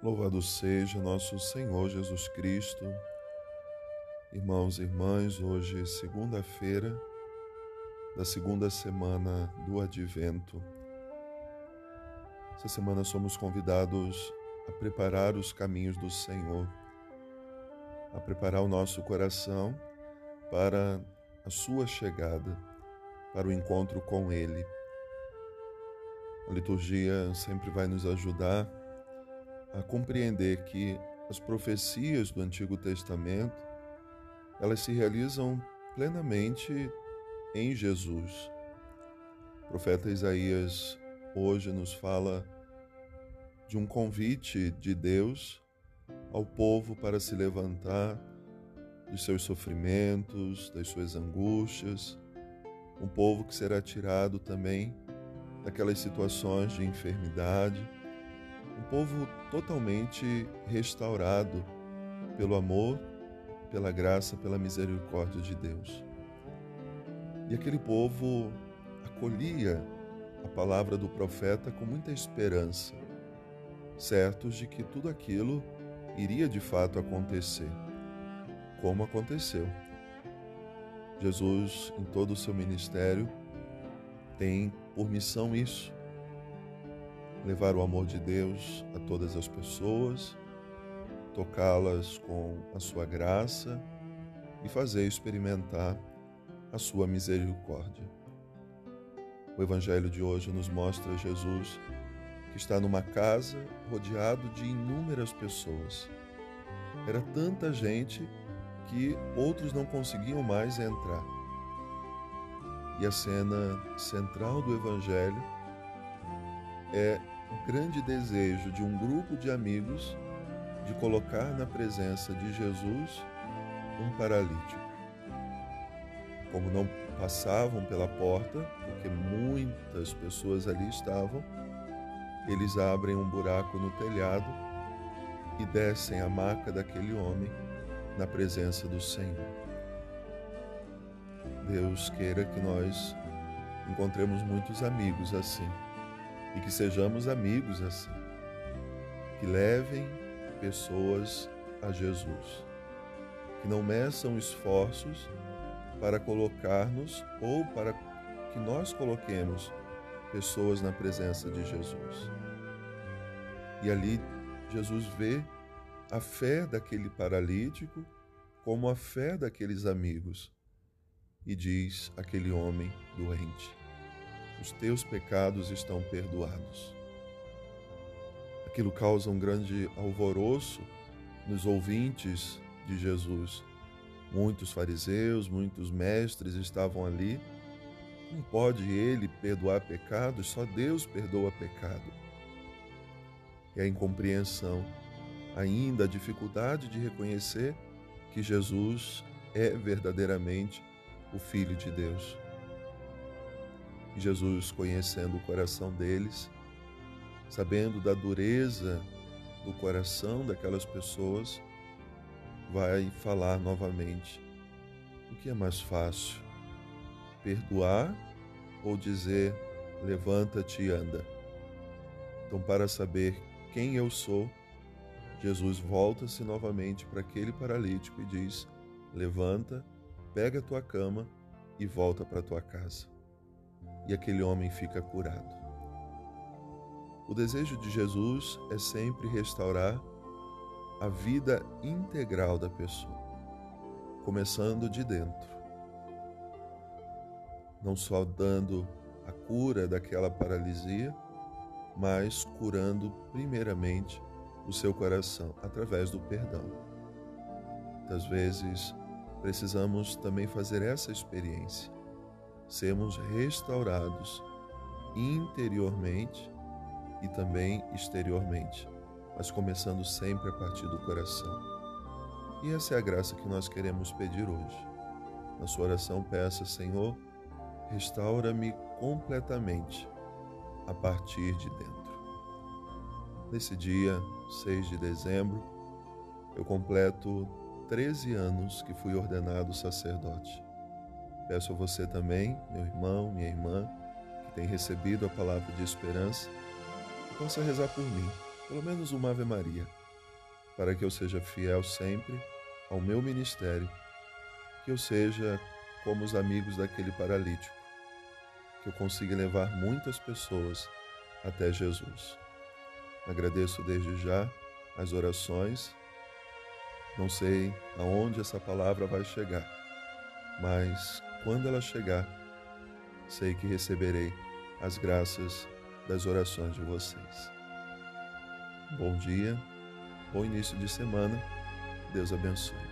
Louvado seja nosso Senhor Jesus Cristo. Irmãos e irmãs, hoje é segunda-feira da segunda semana do Advento. Essa semana somos convidados a preparar os caminhos do Senhor, a preparar o nosso coração para a sua chegada, para o encontro com Ele. A liturgia sempre vai nos ajudar a compreender que as profecias do Antigo Testamento, elas se realizam plenamente em Jesus. O profeta Isaías hoje nos fala de um convite de Deus ao povo para se levantar dos seus sofrimentos, das suas angústias, um povo que será tirado também daquelas situações de enfermidade, um povo totalmente restaurado pelo amor, pela graça, pela misericórdia de Deus. E aquele povo acolhia a palavra do profeta com muita esperança, certos de que tudo aquilo iria de fato acontecer, como aconteceu. Jesus, em todo o seu ministério, tem por missão isso: levar o amor de Deus a todas as pessoas, tocá-las com a sua graça e fazer experimentar a sua misericórdia. O Evangelho de hoje nos mostra Jesus que está numa casa rodeado de inúmeras pessoas. Era tanta gente que outros não conseguiam mais entrar. E a cena central do Evangelho é o grande desejo de um grupo de amigos de colocar na presença de Jesus um paralítico. Como não passavam pela porta, porque muitas pessoas ali estavam, eles abrem um buraco no telhado e descem a maca daquele homem na presença do Senhor. Deus queira que nós encontremos muitos amigos assim, e que sejamos amigos assim, que levem pessoas a Jesus, que não meçam esforços para colocar-nos ou para que nós coloquemos pessoas na presença de Jesus. E ali Jesus vê a fé daquele paralítico como a fé daqueles amigos e diz àquele homem doente: os teus pecados estão perdoados. Aquilo causa um grande alvoroço nos ouvintes de Jesus. Muitos fariseus, muitos mestres estavam ali. Não pode ele perdoar pecados, só Deus perdoa pecado. E a incompreensão, ainda a dificuldade de reconhecer que Jesus é verdadeiramente o Filho de Deus. E Jesus, conhecendo o coração deles, sabendo da dureza do coração daquelas pessoas, vai falar novamente: o que é mais fácil, perdoar ou dizer levanta-te e anda? Então, para saber quem eu sou, Jesus volta-se novamente para aquele paralítico e diz: levanta, pega a tua cama e volta para a tua casa. E aquele homem fica curado. O desejo de Jesus é sempre restaurar a vida integral da pessoa, começando de dentro. Não só dando a cura daquela paralisia, mas curando primeiramente o seu coração através do perdão. Muitas vezes precisamos também fazer essa experiência, sermos restaurados interiormente e também exteriormente, mas começando sempre a partir do coração. E essa é a graça que nós queremos pedir hoje. Na sua oração, peça: Senhor, restaura-me completamente a partir de dentro. Nesse dia, 6 de dezembro, eu completo 13 anos que fui ordenado sacerdote. Peço a você também, meu irmão, minha irmã, que tem recebido a palavra de esperança, que possa rezar por mim, pelo menos uma Ave Maria, para que eu seja fiel sempre ao meu ministério, que eu seja como os amigos daquele paralítico, que eu consiga levar muitas pessoas até Jesus. Agradeço desde já as orações. Não sei aonde essa palavra vai chegar, mas quando ela chegar, sei que receberei as graças das orações de vocês. Bom dia, bom início de semana. Deus abençoe.